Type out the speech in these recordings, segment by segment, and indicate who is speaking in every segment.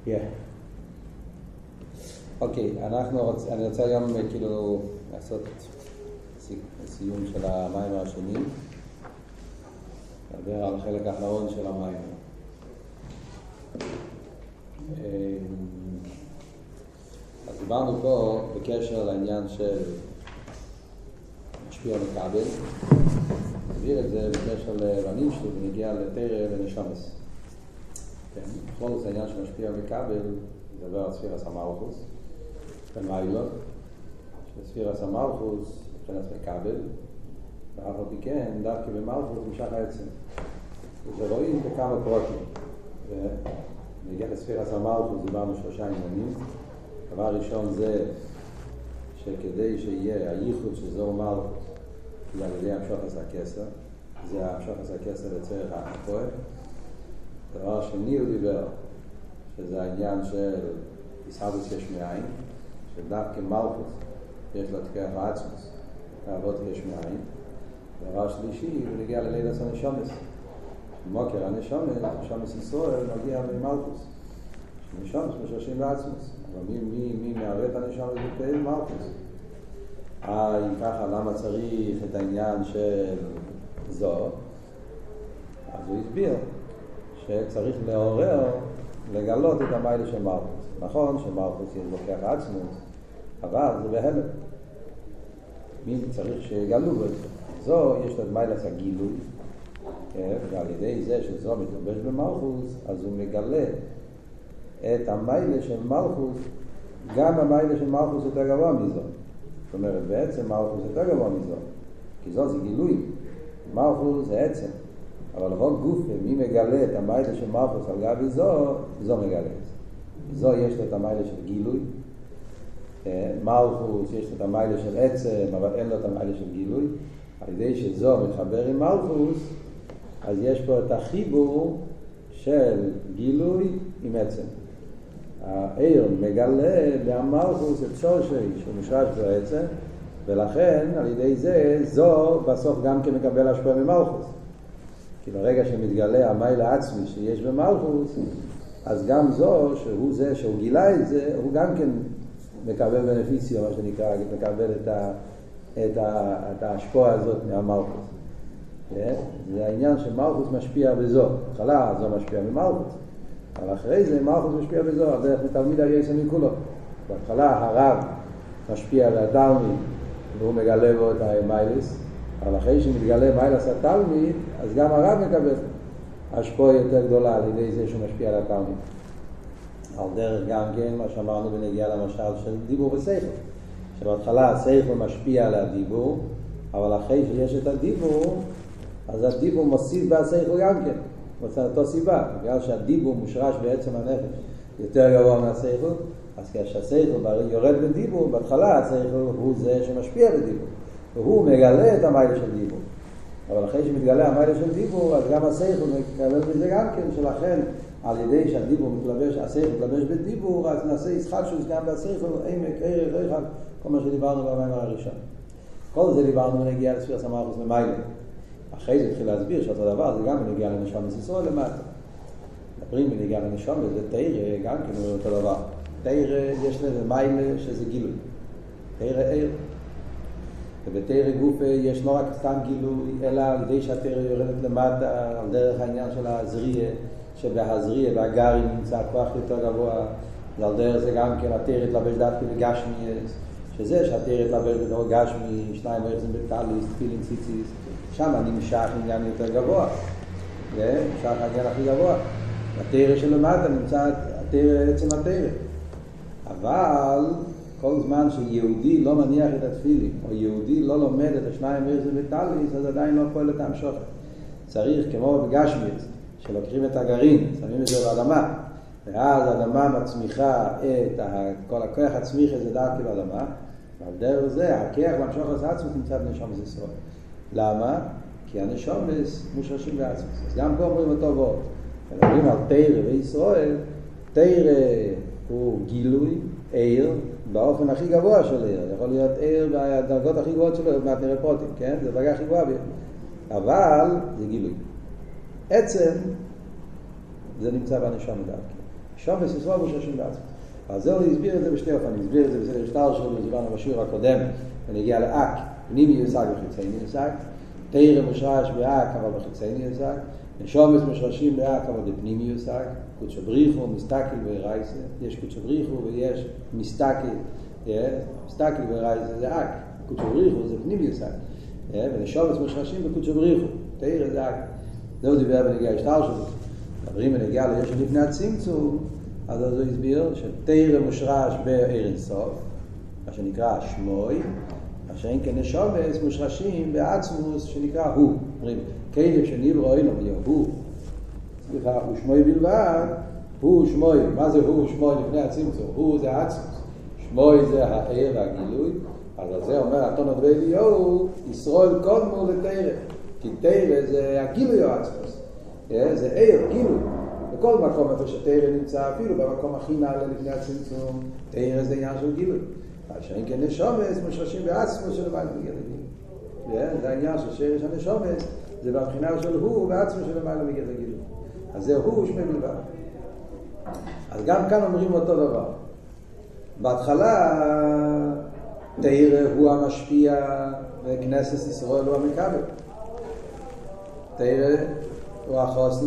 Speaker 1: כן. אוקיי, אני רוצה היום כאילו לעשות סיום של המים השני, לדבר על החלק האחרון של המים. אז דיברנו פה בקשר לעניין של משפיע מקבל, נבהיר את זה בקשר לבנים שלי ונגיע לתרא ונשמס. כן, בכל זה העניין שמשפיע מקבל, נדבר על ספירס המלכוס, במיילון, שספירס המלכוס מבחינת מקבל, ואף על פי כן, דווקא במלכוס נמשך העצם. וזה רואים בכמה פרוטים. ונגיע לספירס המלכוס דיברנו 3 עניינים. דבר ראשון זה שכדי שיהיה הייחוד שזהו מלכוס, זה על ידי המשוחס הכסר, זה המשוחס הכסר לצורך הפועל. דבר שני הוא דיבר, שזה העניין של ישחדוס יש מאין, שדווקא מלכוס יש לה תקף העצמוס, לעבוד יש מאין. דבר שלישי הוא נגיע ללידס הנשומס. מוקר הנשומס, נשומס ישראל מגיע ממלכוס. נשומס משרשים בעצמוס. אבל מי מערב את הנשומס בפעיל? מלכוס. אם ככה, למה צריך את העניין של זו? אז הוא הסביר שצריך לעורר, לגלות את המיילה של מלכוס. נכון שמלכוס לוקח עצמוס, אבל זה בהלם. מי צריך שיגלו בו את זה? זו יש לו את מיילס הגילוי, ועל ידי זה שזו מתלבש במלכוס, אז הוא מגלה את המיילה של מלכוס, גם המיילה של מלכוס יותר גבוה מזו. זאת אומרת, בעצם מלכוס יותר גבוה מזו, כי זו זה גילוי. מלכוס זה עצם, אבל רק גוף, מי מגלה את המיילה של מלכוס על גבי זו מגלה את זה. זו יש לו את המיילה של גילוי, מלכוס יש לו את המיילה של עצם, אבל אין לו את המיילה של גילוי. על ידי שזו מתחבר עם מלכוס, אז יש פה את החיבור של גילוי עם עצם. העיר מגלה מהמלכוס את שורשי שמושרש בעצם, ולכן על ידי זה זו בסוף גם כן מקבל השפעה ממלכוס. כי ברגע שמתגלה המיילה העצמי שיש במלכוס, אז גם זו שהוא זה שהוא גילה את זה, הוא גם כן מקבל בנפיסיה, מה שנקרא, מקבל את ההשפעה הזאת מהמלכוס. זה העניין שמלכוס משפיע בזו. התחלה זו משפיע ממלכוס, אבל אחרי זה מלכוס משפיע בזו, על דרך מתלמיד על יסע מכולו. בהתחלה הרב משפיע על התלמיד, והוא מגלה בו את המיילס, אבל אחרי שמתגלה מיילס התלמיד, אז גם הרב מקבל השפעה יותר גדולה על ידי זה שהוא משפיע על התלמיד. על דרך גם כן, מה שאמרנו בנגיע למשל של דיבור ושכל. שבהתחלה השכל משפיע על הדיבור, אבל אחרי שיש את הדיבור, אז הדיבור מוסיף בהשכל גם כן. מצא אותו סיבה, בגלל שהדיבור מושרש בעצם הנפש יותר גבוה מהשכל, אז כשהשכל יורד בדיבור, בהתחלה השכל הוא זה שמשפיע בדיבור, והוא מגלה את המיילה של דיבור. אבל אחרי שמתגלה המיילה של דיבור, אז גם השכל מקבל בזה גם כן, שלכן על ידי שהדיבור מתלבש, השכל מתלבש בדיבור, אז נעשה ישחדשוס גם בהשכל, עמק, ערך, ריחל, כל מה שדיברנו במים הראשון. כל זה דיברנו ונגיע לספירס המלכוס ממיילה. אחרי זה התחיל להסביר שאותו דבר זה גם בנגיע לנשומס ישראל למטה. מדברים בנגיע לנשומס, זה תרא, גם כן הוא אותו דבר. תרא יש לזה מיילה שזה גילוי. תרא עיר. ובתרא גופה יש לא רק סתם גילוי, אלא על ידי שהתרא יורדת למטה, על דרך העניין של הזריה, שבהזריה, בהגרי נמצא כוח יותר גבוה, ועל דרך זה גם כן התרא תלבש דווקא בגשמי, שזה שהתרא תלבש בדור גשמי, 2 בעצם בטליס, תפילין ציציס, שם נמשך עניין יותר גבוה, נמשך העניין הכי גבוה. התרא שלמטה נמצא התרא, עצם התרא. אבל כל זמן שיהודי לא מניח את התפילין, או יהודי לא לומד את 2 בעצם בטליס, אז עדיין לא פועל את המשוך. צריך, כמו בגשמית, שלוקחים את הגרעין, שמים את זה באדמה, ואז האדמה מצמיחה את כל הכוח הצמיח הזה דווקא באדמה, ועל דרך זה הכוח למשוך את עצמות נמצא בנשומס ישראל. למה? כי הנשומס מושרשים בעצמות. אז גם פה אומרים אותו בו. מדברים על תרא וישראל, תרא הוא גילוי, עיר, באופן הכי גבוה של עיר. יכול להיות עיר בדרגות הכי גבוהות שלו, עוד מעט נראה פרוטים, כן? זה דרגה הכי גבוהה ביותר. אבל זה גילוי. עצם זה נמצא בנשמה דווקא. שומס ישראל מושרשים בעצמוס. אז זהו הסביר את זה בשתי אופנים, הסביר את זה בסדר שטר שלו, זיברנו בשיעור הקודם, ונגיע לאק, פנימי יושג וחיצייני יושג, תרא מושרש באק אבל בחיצייני יושג, נשומס מושרשים באק אבל בפנימי יושג, קודשא בריחו, מסתכל ורייסה, יש קודשא בריחו ויש מסתכל, מסתכל ורייסה זה אק, קודשא בריחו זה פנימי יושג, ונשומס מושרשים בקודשא בריחו, תרא זה אק. זהו דיבר בנגיע לשטר שלו, דברים בנגיע ליש לפני הצמצום, אז הוא הסביר שתרא מושרש בעיר אין סוף, מה שנקרא שמוי, מה שאין כן נשומס מושרשים בעצמוס שנקרא הוא. אומרים, כלים שנברא אילום הוא, סליחה, הוא שמוי בלבד, הוא שמוי. מה זה הוא שמוי לפני הצמצום? הוא זה עצמוס. שמוי זה העיר והגילוי. אז על זה אומר התונות ואליהו, ישראל קודמו לתרא. כי תרא זה הגילוי או עצמוס. זה עיר, גילוי. בכל מקום איפה שתרא נמצא, אפילו במקום הכי נעלה לפני הצמצום, תרא זה עניין של גילוי. שאין כן נשומס מושרשים בעצמוס של למעלה מגיע לגילוי. זה העניין של שרש הנשומס, זה בבחינה של הוא בעצמוס של למעלה מגיע לגילוי. אז זה הוא שמי בלבד. אז גם כאן אומרים אותו דבר. בהתחלה תרא הוא המשפיע וכנסת ישראל הוא המקבל. תרא הוא החוסן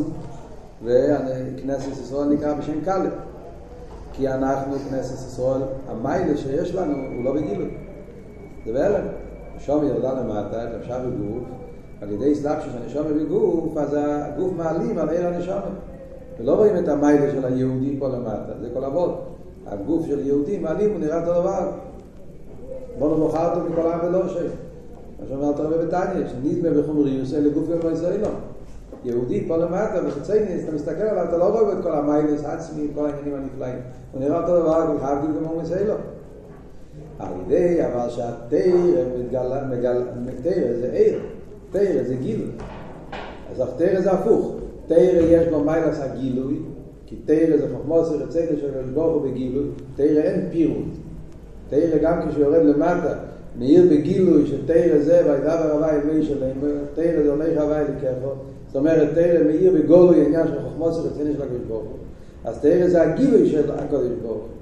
Speaker 1: וכנסת ישראל נקרא בשם כלב. כי אנחנו, כנסת ישראל, המיילה שיש לנו הוא לא בגילוי. זה בהלם. נשום ירדה למטה, התלבשה בגוף, על ידי סלאפשוס הנשום בגוף, אז הגוף מעלים על עיר הנשום. ולא רואים את המיילה של היהודי פה למטה, זה כל עבוד. הגוף של יהודי מעלים, הוא נראה אותו דבר. בואו נבוחר אותו מכל העם ולא שי. מה שאומרת הרבה בתניא, שנדמה בחומריוס, אלה גוף גלמה ישראלו. יהודי פה למטה, בחצייניס, אתה מסתכל עליו, אתה לא רואה את כל המיילס עצמי, כל העניינים הנפלאים. הוא נראה אותו דבר, הוא חייב גיל כמו מסעילו. על ידי, אבל שהתרא תרא זה עיר, תרא זה גילוי. אז תרא זה הפוך. תרא יש בו מיילס הגילוי, כי תרא זה חוכמוס רצינו של ברוך הוא בגילוי. תרא אין פירוט. תרא גם כשהוא יורד למטה, מאיר בגילוי שתרא זה, וידבר הווי אל מי שלהם, תרא זה הולך הווי לקחו. זאת אומרת, תרא מאיר בגולוי עניין של חוכמוס רצינו של הקדוש ברוך הוא. אז תרא זה הגילוי של הקדוש ברוך הוא.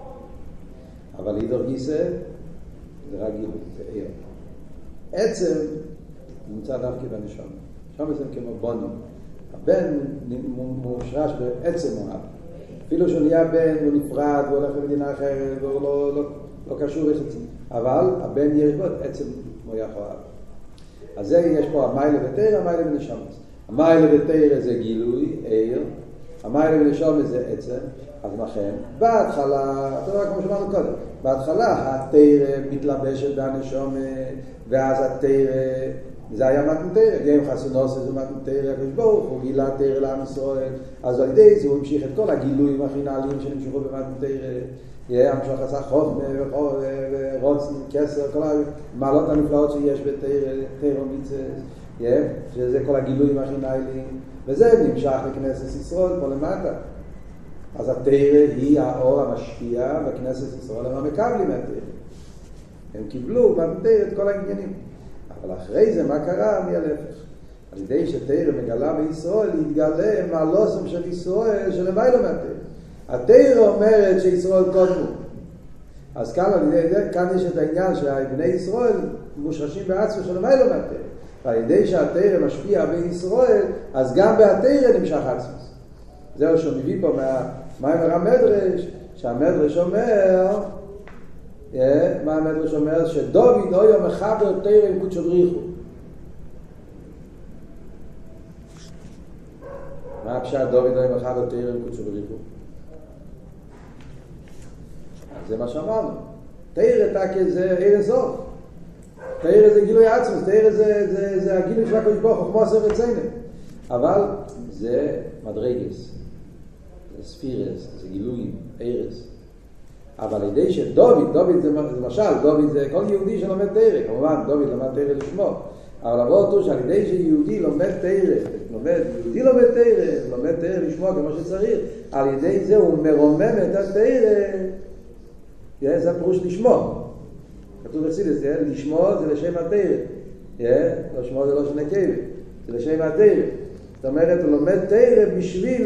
Speaker 1: אבל אידור גיסא זה רק גילוי, זה עיר. עצם נמצא דווקא בנשום. שם זה כמו בונים. הבן מושרש בעצם מואב. אפילו שהוא נהיה בן, הוא נפרד, הוא הולך למדינה אחרת, והוא לא קשור לחצי. אבל הבן יש בו עצם מויח אוהב. אז זה יש פה המיילה ותרא, המיילה ונשומס. המיילה ותרא זה גילוי, עיר. המיילה ונשומס זה עצם. אז לכן, בהתחלה, אתה יודע כמו שאמרנו קודם, בהתחלה התרא מתלבשת בנשום, ואז התרא, זה היה מתן תרא, גם חסונוס זה מתן תרא, הקדוש ברוך הוא גילה תרא לעם ישראל, אז על ידי זה הוא המשיך את כל הגילויים הכי נעלים שנמשכו במתן תרא, המשוך עשה חוכמה ורוצן, כסר, כל המעלות הנפלאות שיש בתרא, תרא ומצווה, שזה כל הגילויים הכי נעלים, וזה נמשך לכנסת ישראל פה למטה. אז התרא היא האור המשפיע בכנסת ישראל, הם המקבלים מהתרא. הם קיבלו מהתרא את כל העניינים. אבל אחרי זה מה קרה? מהלפך. על ידי שתרא מגלה בישראל, להתגלה מהלוסם של ישראל שלמיילו מהתרא. התרא אומרת שישראל קודמו. אז כאן יש את העניין שבני ישראל מושרשים בעצמו שלמיילו מהתרא. ועל ידי שהתרא משפיע בישראל, אז גם בהתרא נמשך עצמו. זהו שהוא מביא פה מהמאמר המדרש, שהמדרש אומר, מה המדרש אומר? שדוד היה מחבר תרא עם קודשא בריחו. מה הפשט דוד היה מחבר תרא עם קודשא בריחו? זה מה שאמרנו. תרא תקה זה עיר הסוף. תרא זה גילוי עצמוס, תרא זה הגילוי של הקדוש ברוך הוא, כמו עשר רצינו. אבל זה מדרגס. זה ספירס, זה גילויים, ערס. אבל על ידי שדוד זה למשל, דוד זה כל יהודי שלומד תרא, כמובן דוד למד תרא לשמו, אבל לבוא אותו שעל ידי שיהודי לומד תרא, יהודי לומד תרא לשמו כמו שצריך, על ידי זה הוא מרומם את התרא, זה הפירוש לשמו. כתוב בחסידות, לשמו זה לשם התרא, לשמו זה לא שני נקבה, זה לשם התרא. זאת אומרת, הוא לומד תרא בשביל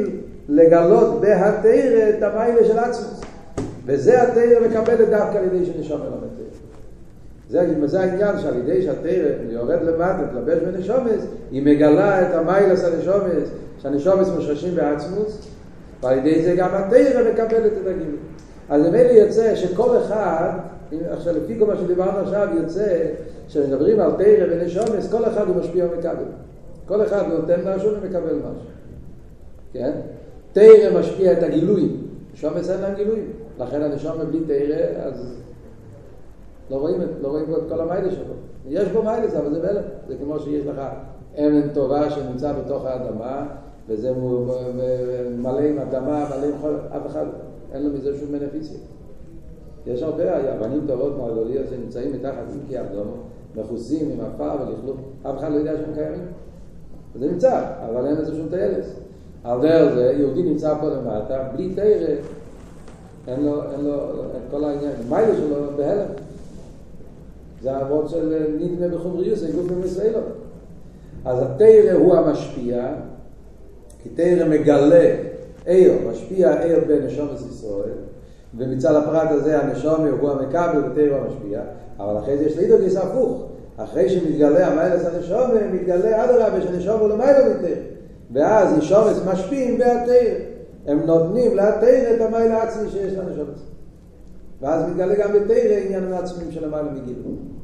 Speaker 1: לגלות בהתיר את המיילה של עצמוס. וזה התיר מקבלת דווקא על ידי שנשום אלו התיר. זה העניין שעל ידי שהתיר יורד למטה, תלבש בנשומס, היא מגלה את המיילה של הנשומס, שהנשומס משרשים בעצמוס, ועל ידי זה גם התיר מקבלת את הגילוי. אז ממילא יוצא שכל אחד, עכשיו לפי כל מה שדיברנו עכשיו, יוצא שמדברים על תיר ונשומס, כל אחד הוא משפיע ומקבל. כל אחד הוא נותן משהו ומקבל משהו. כן? תיר משפיע את הגילויים. נשומס אין להם גילויים. לכן הנשומס בלי תיר, אז לא רואים בו את כל המיילה שלו. יש בו מיילה, אבל זה בלם. זה כמו שיש לך אמן טובה שנמצא בתוך האדמה, וזה מלא עם אדמה, מלא עם חול, אף אחד אין לו מזה שום בנפיציה. יש הרבה אבנים טובות מהגדוליות שנמצאים מתחת אינקי אדום, מכוסים עם עפר ולכלוך, אף אחד לא יודע שהם קיימים. זה נמצא, אבל אין לזה שום טיילס. על דרך זה, יהודי נמצא פה למטה, בלי תיר, אין לו את כל העניין, מיילה שלו בהלם. זה העבוד של נדמה בחומריוס, זה גוף במסעילו. אז התיר הוא המשפיע, כי תיר מגלה משפיע בנשומס ישראל, ומצד הפרט הזה הנשומר הוא המקבל ותיר הוא המשפיע, אבל אחרי זה יש לידוגיס הפוך. אחרי שמתגלה המיילס הנשומר, מתגלה עד הרבה שהנשומר הוא למיילה מתיר. ואז נשומס משפיעים בהתיר. הם נותנים להתיר את המיילה העצמי שיש לנשומס. ואז מתגלה גם בתיר העניינים העצמיים של המיילה מגילו.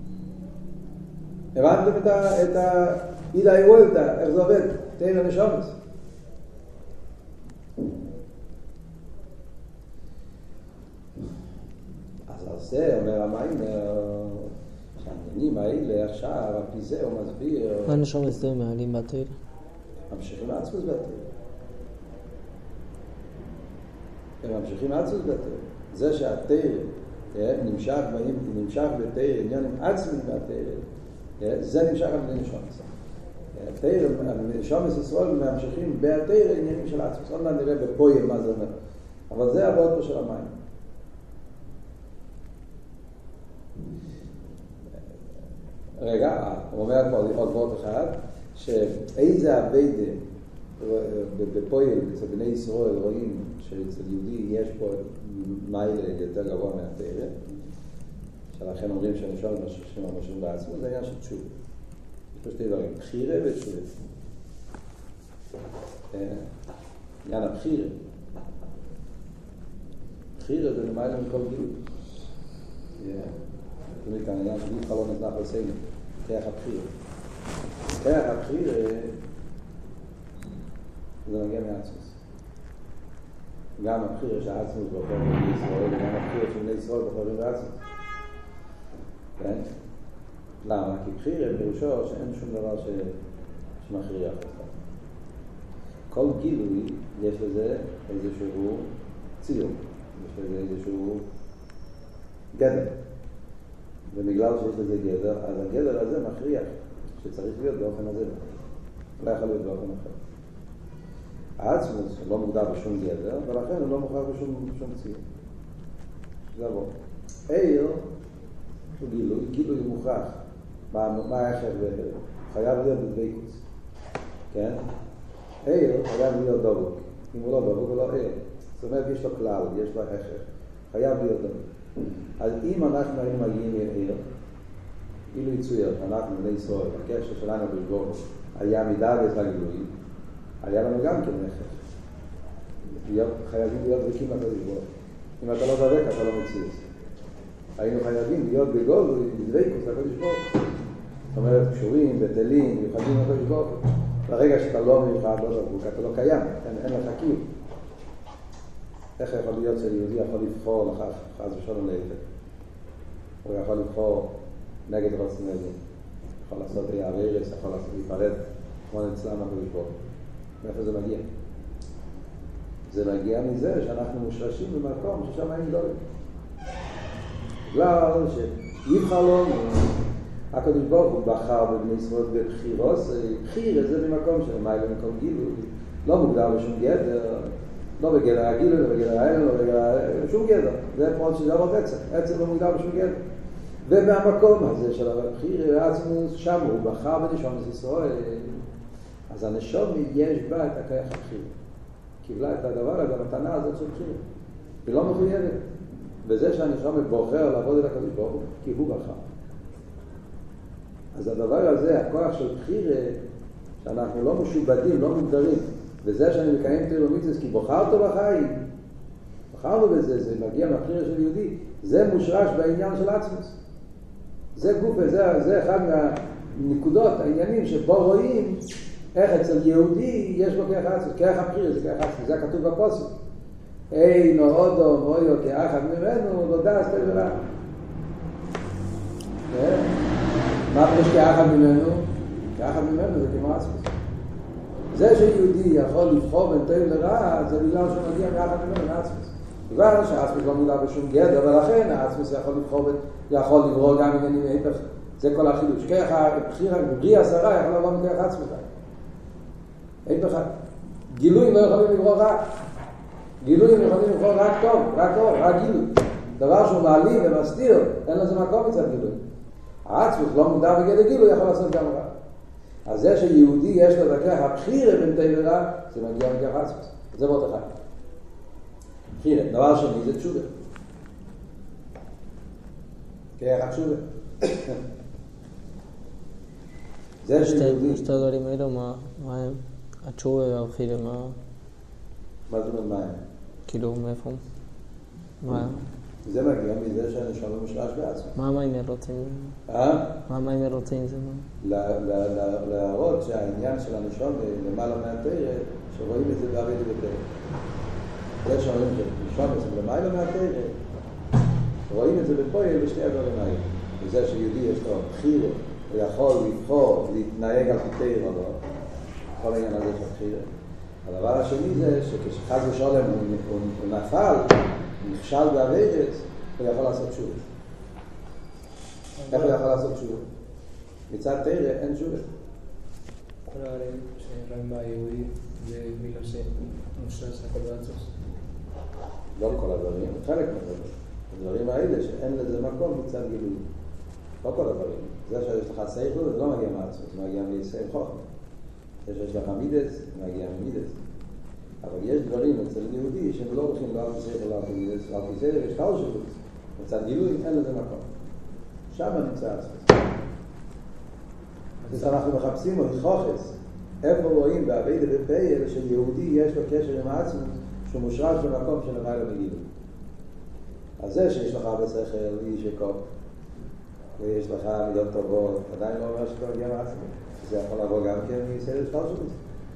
Speaker 1: הבנתם את אידה איוולטה, איך זה עובד? תיר הנשומס. אז על זה אומר המיימר שהעניינים האלה עכשיו, על פי זה הוא מסביר.
Speaker 2: מה נשומס זה מעלים בתיר?
Speaker 1: ממשיכים עצמוס בתיר. הם ממשיכים עצמוס בתיר. זה שהתיר נמשך בתיר, עניינים עצמיים בתיר, זה נמשך על ידי נשומס. התיר, נשומס ישראל ממשיכים בתיר עניינים של עצמוס. עוד מעט נראה בפויר מה זה אומר. אבל זה עבוד פה של המים. רגע, הוא אומר פה עוד וורט אחד, שאיזה עבדה בפועל, אצל בני ישראל רואים שאצל יהודי יש פה מיילה יותר גבוה מהתורה, שלכן אומרים שנשאר משהו בעצמו, זה עניין של תשוב. יש פה שתי דברים, בחירה ותשובה. עניין הבחירה. בחירה זה למעלה מכל גילוי. תראי כאן, עניין שביל חלון נזנח לסיינו, כיח הבחירה. כיח הבחירה זה מגיע מעצמוס. גם הבחירה שהעצמוס בוחר בני ישראל, וגם הבחירה שבני ישראל בוחרים בעצמוס. כן? למה? כי בחירה פירושו שאין שום דבר שמכריח אותך. כל גילוי יש לזה איזשהו ציור, יש לזה איזשהו גדר. ובגלל שיש לזה גדר, אז הגדר הזה מכריח שצריך להיות באופן הזה. לא יכול להיות באופן אחר. העצמוס לא מוגדר בשום גדר, ולכן הוא לא מוכר בשום ציור. זה עבור. עיר הוא גילוי מוכרח. מה ההכרח בעיר? חייב להיות בדבקות. כן? עיר חייב להיות דבוק. אם הוא לא דבוק הוא לא עיר. זאת אומרת, יש לו כלל, יש לו הכרח. חייב להיות דבוק. אז אם אנחנו היינו מגיעים לעיר, אילו יצויר, אנחנו בני ישראל, הקשר שלנו בשבור, היה מדרגת הגילוי, היה לנו גם כן הכרח. חייבים להיות דבקים לקדוש ברוך הוא. אם אתה לא דבק, אתה לא מציץ. היינו חייבים להיות בגולוי, בדבקות לקדוש ברוך הוא. זאת אומרת, קשורים, בטלים, מיוחדים לקדוש ברוך הוא. ברגע שאתה לא מיוחד, לא דבוק, אתה לא קיים, אין לך קיום. איך יכול להיות שיהודי יכול לבחור לכך, חס ושלום להפך? הוא יכול לבחור נגד רצון אלוהים. יכול לעשות ערערס, יכול לעשות להיפרד, כמו אצלם הקדוש ברוך הוא. מאיפה זה מגיע? זה מגיע מזה שאנחנו מושרשים במקום ששם אין גדולים. בגלל שיבחר לו, הקדוש ברוך הוא בחר בבני ישראל בבחירות, בחיר זה במקום של מיילה מקום גילוי, לא מוגדר בשום גדר, לא בגדר הגילוי, לא בגדר האלו, לא בגדר שום גדר. זה פרוט שזה עבוד עצם. עצם לא מוגדר בשום גדר. ובמקום הזה של הבחיר העצמוס, שם הוא בחר בנשום ישראל. אז הנשום יש בה את הכוח הבחיר. קיבלה את הדבר הזה, המתנה הזאת של בחירה. היא לא מחויבת. וזה שהנשמה בוחר לעבוד את הקדוש ברוך הוא, כי הוא בחר. אז הדבר הזה, הכוח של בחירה, שאנחנו לא משובדים, לא מוגדרים, וזה שאני מקיים תורה ומצוות, כי בחרנו בחיים, בחרנו בזה, זה מגיע מהבחירה של יהודי, זה מושרש בעניין של עצמוס. זה גוף, זה אחד מהנקודות, העניינים שבו רואים איך אצל יהודי יש בו כרך עצמוס, כרך הבחירה זה כרך עצמוס, זה כתוב בפוסק. אינו אודו מויו כאחד ממנו, לא דעת ורע. מה פרש כאחד ממנו? כאחד ממנו זה כמו עצמוס. זה שיהודי יכול לבחור בין טוב לרע, זה בגלל שהוא מגיע מאחד ממנו, מעצמוס. כבר שהעצמוס לא מודע בשום גדר, ולכן העצמוס יכול לבחור, יכול לברוא גם עניינים היפך. זה כל החידוש. ככה בלי השרה יכול לבוא מכך עצמוס. היפך. גילויים לא יכולים לברוא רע. גילויים יכולים לברוא רק טוב, רק גילוי. דבר שהוא מעלים ומסתיר, אין לזה מקום מצד גילוי. העצמוס לא מודע בגדר גילוי, יכול לעשות גם רע. אז זה שיהודי יש לו דרכך הבחירה בין טוב ורע, זה מגיע מכך עצמוס. זה מאוד אחד. בחירה. דבר שני זה תשובה. כרך התשובה. זה שיהודי...
Speaker 2: שתי הדברים האלו, מה הם? התשובה והבחירה, מה...
Speaker 1: מה זאת אומרת מה הם?
Speaker 2: כאילו, מאיפה? מה?
Speaker 1: זה מגיע מזה שהנשמה מושרש בעצמו.
Speaker 2: מה המים רוצים? מה המים רוצים זה מה?
Speaker 1: להראות שהעניין של הנשמה למעלה מהתורה, שרואים את זה בעבד ובתורה. זה שאומרים שנשמה זה למעלה מהתורה, רואים את זה בפועל בשתי הדברים האלה. וזה שיהודי יש לו בחירה, הוא יכול לבחור להתנהג על פי תורה או לא. כל העניין הזה של בחירה. הדבר השני זה שכשחד ושולם הוא נפל, הוא נכשל בעבדת, הוא יכול לעשות תשובה. איך הוא יכול לעשות תשובה? מצד תורה אין תשובה.
Speaker 3: כל הדברים שרואים ביהודי זה מילה שמושרש הכל בעצמוס.
Speaker 1: לא כל הדברים, חלק מהדברים. הדברים האלה שאין לזה מקום מצד גילוי. לא כל הדברים. זה שיש לך שכל זה לא מגיע מעצמוס, זה מגיע מישראל חוכמה. זה שיש לך מידס, זה מגיע ממידס. אבל יש דברים אצל יהודי שהם לא הולכים לא על שכל, לא על מידס, לא על שכל, יש כל שכל. מצד גילוי אין לזה מקום. שם נמצא עצמוס. אז אנחנו מחפשים עוד חוכס. איפה רואים בעבד ובפייל שיהודי יש לו קשר עם העצמוס שהוא מושרש במקום של המעלה בגילוי. אז זה שיש לך הרבה שכל, איש יקום, ויש לך מידות טובות, עדיין לא אומר שאתה מגיע מעצמי. זה יכול לבוא גם כן מסדר שטר שלי.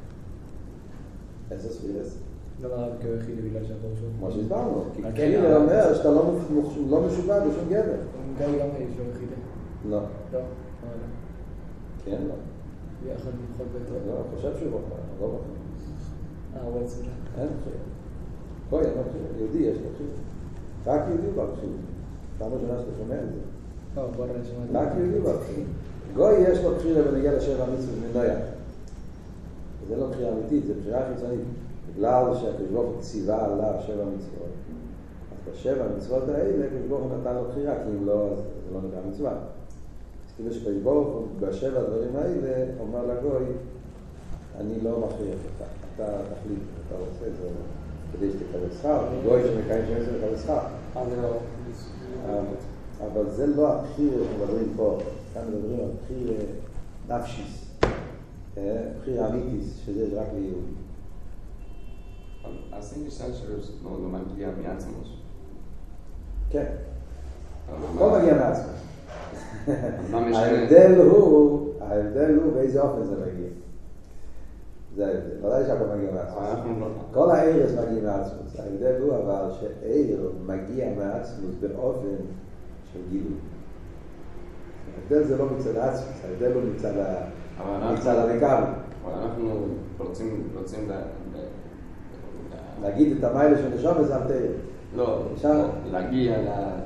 Speaker 1: איזה ספירס?
Speaker 3: לא רק כיחיד בגלל שהכל שוב.
Speaker 1: כמו שהסברנו, כי כאילו אומר שאתה לא משובע בשום גדר.
Speaker 3: גם יש לו יחיד.
Speaker 1: לא.
Speaker 3: לא?
Speaker 1: כן, לא.
Speaker 3: ביחד לבחור ביתו.
Speaker 1: לא, אני חושב שהוא בוחר, לא בוחר.
Speaker 3: הוא עצמי.
Speaker 1: אין בוחר. פה אין בוחר. יהודי יש בוחר. רק יהודי בוחר. פעם ראשונה שאתה שומע את זה.
Speaker 3: לא, בוא נראה שמעתי.
Speaker 1: רק יהודי בוחר. גוי יש לו בחירה בנגיע לשבע מצוות מנויה. זה לא בחירה אמיתית, זה בחירה חיצונית. בגלל שהקדוש ברוך הוא ציווה עליו שבע מצוות. אז בשבע המצוות האלה, הקדוש ברוך הוא נתן לו בחירה, כי אם לא, אז זה לא נקרא מצווה. אז כאילו שקדוש ברוך הוא בשבע הדברים האלה, אומר לגוי, אני לא מכריח אותך, אתה תחליט, אתה רוצה את זה, כדי שתקבל שכר, גוי שמקיים שם זה מקבל שכר. אבל זה לא הבחיר שמדברים פה, כאן מדברים על בחיר נפשיס, בחיר אמיתיס, שזה רק ליהודי.
Speaker 4: אז אין נשאל שלא מגיע מעצמוס.
Speaker 1: כן, לא מגיע מעצמוס. ההבדל הוא באיזה אופן זה מגיע. זה ההבדל, ודאי שהכל מגיע מעצמוס. כל הערס מגיע מעצמוס. ההבדל הוא אבל שעיר מגיע מעצמוס באופן של גילוי. ההבדל זה לא מצד העצמוס, ההבדל הוא מצד המקבל.
Speaker 4: אבל אנחנו רוצים
Speaker 1: להגיד את המיילה של נשום וזה על תאיר.
Speaker 4: לא, להגיע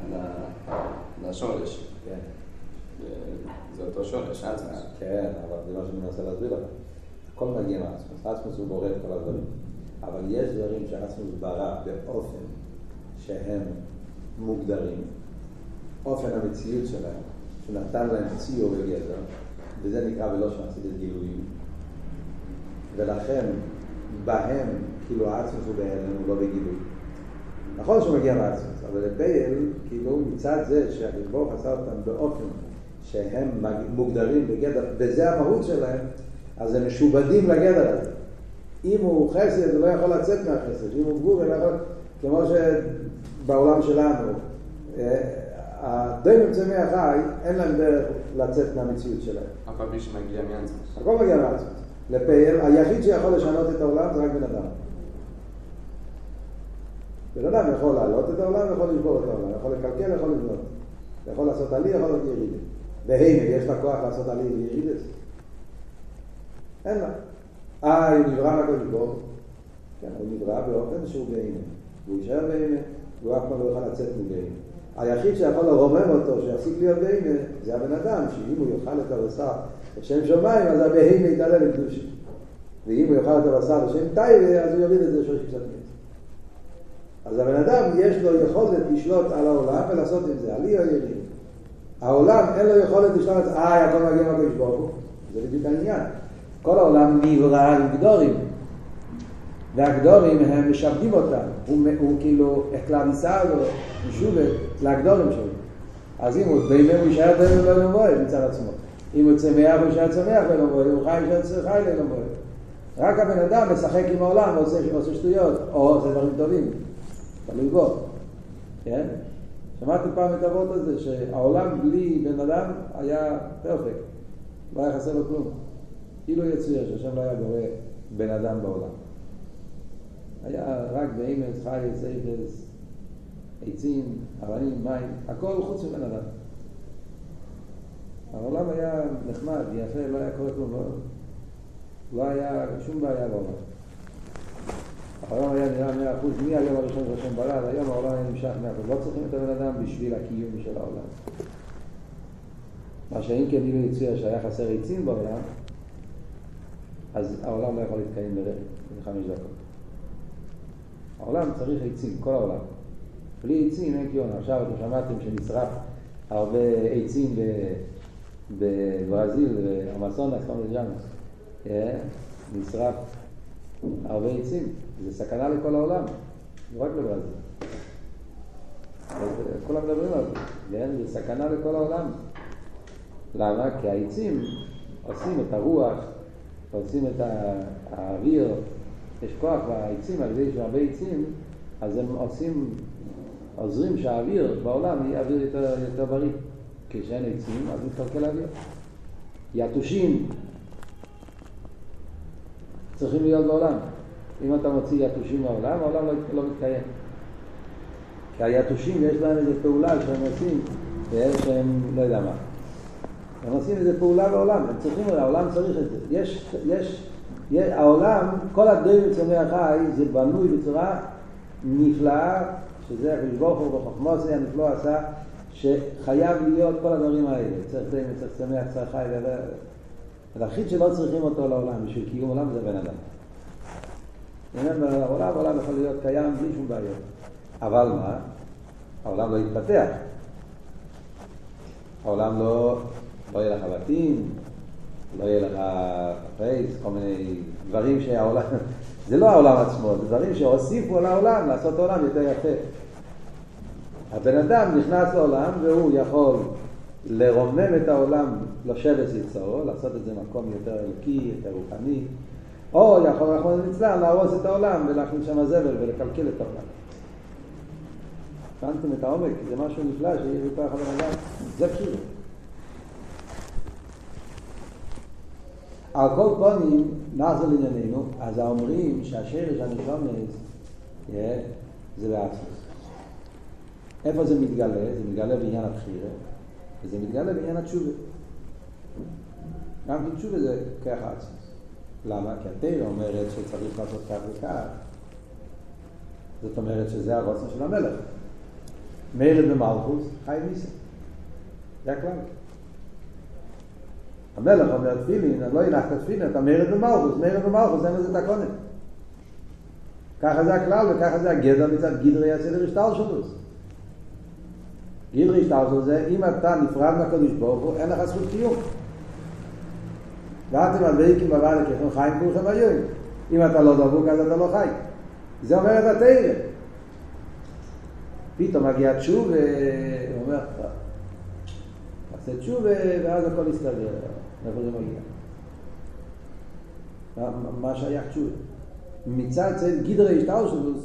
Speaker 4: לשורש.
Speaker 1: כן.
Speaker 4: זה אותו שורש, עצמוס.
Speaker 1: כן, אבל זה מה שאני מנסה להסביר לך. הכל מגיע מעצמוס. עצמוס הוא בורא את כל הדברים. אבל יש דברים שעצמוס ברא באופן שהם מוגדרים. אופן המציאות שלהם, שנתן להם ציור וגזר, וזה נקרא בלושן חסידות גילויים. ולכן בהם כאילו העצמוס הוא בהלם, הוא לא בגילוי. נכון שהוא מגיע מעצמוס, אבל לפייל, כאילו מצד זה שהקדוש ברוך הוא עשה אותם באופן שהם מוגדרים בגדר, וזה המהות שלהם, אז הם משובדים לגדר הזה. אם הוא חסד, הוא לא יכול לצאת מהחסד. אם הוא גבור, הוא לא יכול... כמו שבעולם שלנו, הדיימים צמאי החי, אין להם דרך לצאת מהמציאות שלהם.
Speaker 4: אף מי שמגיע מעצמוס.
Speaker 1: הכל מגיע מעצמוס. לפייל, היחיד שיכול לשנות את העולם זה רק בן אדם. בן אדם יכול לעלות את העולם, יכול לשבור את העולם, יכול לקלקל, יכול לבנות. יכול לעשות עלי, יכול להיות ירידה. והנה, יש לה כוח לעשות עלי וירידס? אין לה. הוא נברא מהקדוש ברוך הוא. כן, הוא נברא באופן שהוא בהנה. והוא יישאר בהנה, והוא אף פעם לא יוכל לצאת מבהנה. היחיד שיכול לרומם אותו, שיפסיק להיות בהנה, זה הבן אדם, שאם הוא יאכל את הבשר בשם שמיים, אז הבהנה יתעלה לקדושה. ואם הוא יאכל את הבשר בשם טייבה, אז הוא יוריד את זה שורש קצת מת. אז הבן אדם יש לו יכולת לשלוט על העולם ולעשות עם זה, עלי או יריד. העולם אין לו יכולת לשלוט על זה, הכל מגיע מהקדוש ברוך הוא. זה בדיוק העניין. כל העולם נברא עם גדורים, והגדורים הם משעבדים אותם. הוא כאילו, הכלל לו, משובת לגדורים שלו. אז אם הוא דיימם, הוא יישאר דיימם ולא מועד מצד עצמו. אם הוא צמח, הוא יישאר צמח ולא מועד. אם הוא חי, יישאר חי ולא מועד. רק הבן אדם משחק עם העולם, עושה שטויות, או עושה דברים טובים. תלוי בו. כן? שמעתי פעם את העבוד הזה, שהעולם בלי בן אדם היה פרפקט. לא היה חסר לו כלום. כאילו יצויר שהשם לא היה בורא בן אדם בעולם. היה רק באמץ, חייס, אפס, עצים, אבנים, מים, הכל חוץ מבן אדם. העולם היה נחמד, יפה, לא היה קורה כלום, לא היה שום בעיה בעולם. העולם היה נראה 100%, מי היום הראשון שהשם ברא, היום העולם היה נמשך 100%. לא צריכים את הבן אדם בשביל הקיום של העולם. מה שאם כן אם יצויר שהיה חסר עצים בעולם, אז העולם לא יכול להתקיים ב5 דקות. העולם צריך עצים, כל העולם. בלי עצים אין קיום. עכשיו אתם שמעתם שנשרף הרבה עצים בברזיל, באמזונס, נשרף הרבה עצים. זה סכנה לכל העולם, לא רק בברזיל. כולם מדברים על זה. זה סכנה לכל העולם. למה? כי העצים עושים את הרוח, עושים את האוויר, יש כוח בעצים, על ידי יש הרבה עצים, אז הם עוזרים שהאוויר בעולם יהיה אוויר יותר בריא. כשאין עצים, אז מתקלקל האוויר. יתושים צריכים להיות בעולם. אם אתה מוציא יתושים מהעולם, העולם לא מתקיים. כי היתושים יש להם איזו פעולה שהם עושים, שהם לא יודע מה. הם עושים איזו פעולה בעולם, הם צריכים, העולם צריך את זה. העולם, כל הדברים צמאי החי, זה בנוי בצורה נפלאה, שזה הקדוש ברוך הוא בחוכמו זה הנפלא עשה, שחייב להיות כל הדברים האלה. צריך דברים, צריך צמח, צריך חי, והיחיד שלא צריכים אותו לעולם, בשביל קיום עולם זה בן אדם. העולם יכול להיות קיים בלי שום בעיות. אבל מה? העולם לא יתפתח. העולם לא יהיה לך בתים, לא יהיה לך פייס, כל מיני דברים שהעולם... זה לא העולם עצמו, זה דברים שהוסיפו על העולם, לעשות העולם יותר יפה. הבן אדם נכנס לעולם והוא יכול לרומם את העולם, לשבת יצרו, לעשות את זה מקום יותר אלוקי, יותר רוחני, או יכול נצלח להרוס את העולם ולהכניס שם זבל ולקלקל את העולם. הבנתם את העומק, זה משהו נפלא שיהיה בכוח הבן אדם, זה פשוט. על כל פונים, נחזור לענייננו, אז האומרים שהשרש הנשומס זה בעצמוס. איפה זה מתגלה? זה מתגלה בעניין הבחירה, וזה מתגלה בעניין התשובה. גם כי תשובה זה כוח עצמוס. למה? כי התורה אומרת שצריך לעשות כך וכך. זאת אומרת שזה הרוצן של המלך. מרד במלכוס, חי מיסה. זה הכלל. המלך אומר תפילין, לא ילך תפילין, אתה מרד במלכוס, אין לזה תקונת. ככה זה הכלל וככה זה הגדר מצד גדרי הסדר השטר שלו. גדרי השטר שלו זה, אם אתה נפרד מהקדוש ברוך הוא, אין לך זכות קיום. ואתם הדבקים בבא אלוקיכם חיים כולכם היום. אם אתה לא דבוק אז אתה לא חי. זה אומר את התאירה. פתאום מגיע תשובה, הוא אומר, עושה תשובה, ואז הכל יסתדר. איפה זה מגיע? מה שייך תשובה? מצד זה גידרי השתלשלוס,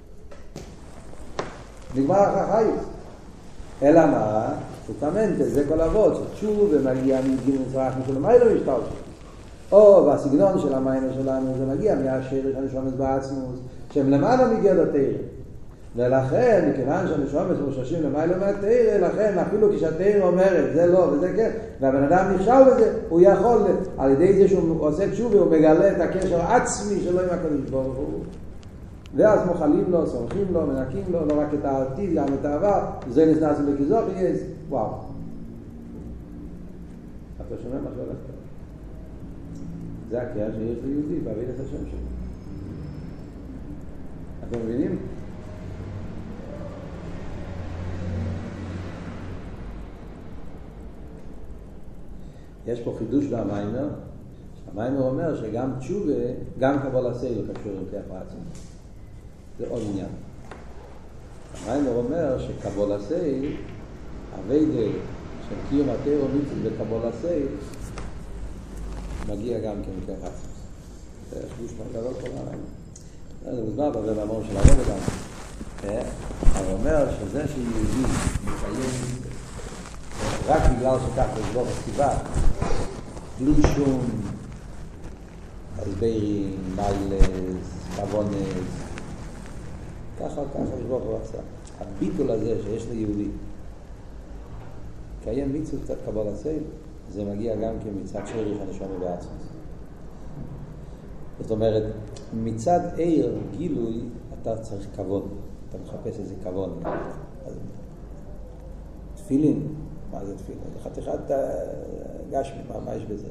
Speaker 1: נגמר החייס. אלא מה? סטמנט, זה כל אבות, שתשובה מגיע מגיל מצרח משל מיילו השתלשלוס. או בסגנון של המיינה שלנו זה מגיע מהשרש הנשומס בעצמוס, שהם למעלה מגיע לתאיר. ולכן, מכיוון שהנשומס מוששים למעלה מהתאיר, לכן אפילו כשהתאיר אומרת זה לא וזה כן, והבן אדם נכשל בזה, הוא יכול, על ידי זה שהוא עושה תשובה, הוא מגלה את הקשר העצמי שלו עם הקדוש ברוך הוא. ואז מוכלים לו, סורכים לו, מנקים לו, לא רק את העתיד, גם את העבר, זה נכנס לכיזוך, יש, וואו. אתה שומע מה שהולך פה? זה הקריאה שיש ליהודי, בעביד את השם שלו. אתם מבינים? יש פה חידוש במיימר. המיימר אומר שגם תשובה, גם קבול הסייל קשור עם כיח ועצמי. זה עוד עניין. המיימר אומר שקבול הסייל, הווידה של קיום התאיר ומצוות וקבול הסייל, מגיע גם כן מכיח עצמי. זה חידוש גדול כל המיימר. זה מוסבר בזה במאמר של הרב גם. הוא אומר שזה שיהודי מקיים רק בגלל שכך לסבור הסתיבה, בלי שום הסברים, מיילס, כוונס, ככה לסבור הוא עשה. הביטול הזה שיש ליהודי, קיים מצוות קצת קבול הסייל, זה מגיע גם כמצד שרש הנשמה בעצמוס. זאת אומרת, מצד עיר גילוי אתה צריך כבוד, אתה מחפש איזה כבוד. תפילין, מה זה תפילין? זה חתיכת גשמי, מה יש בזה?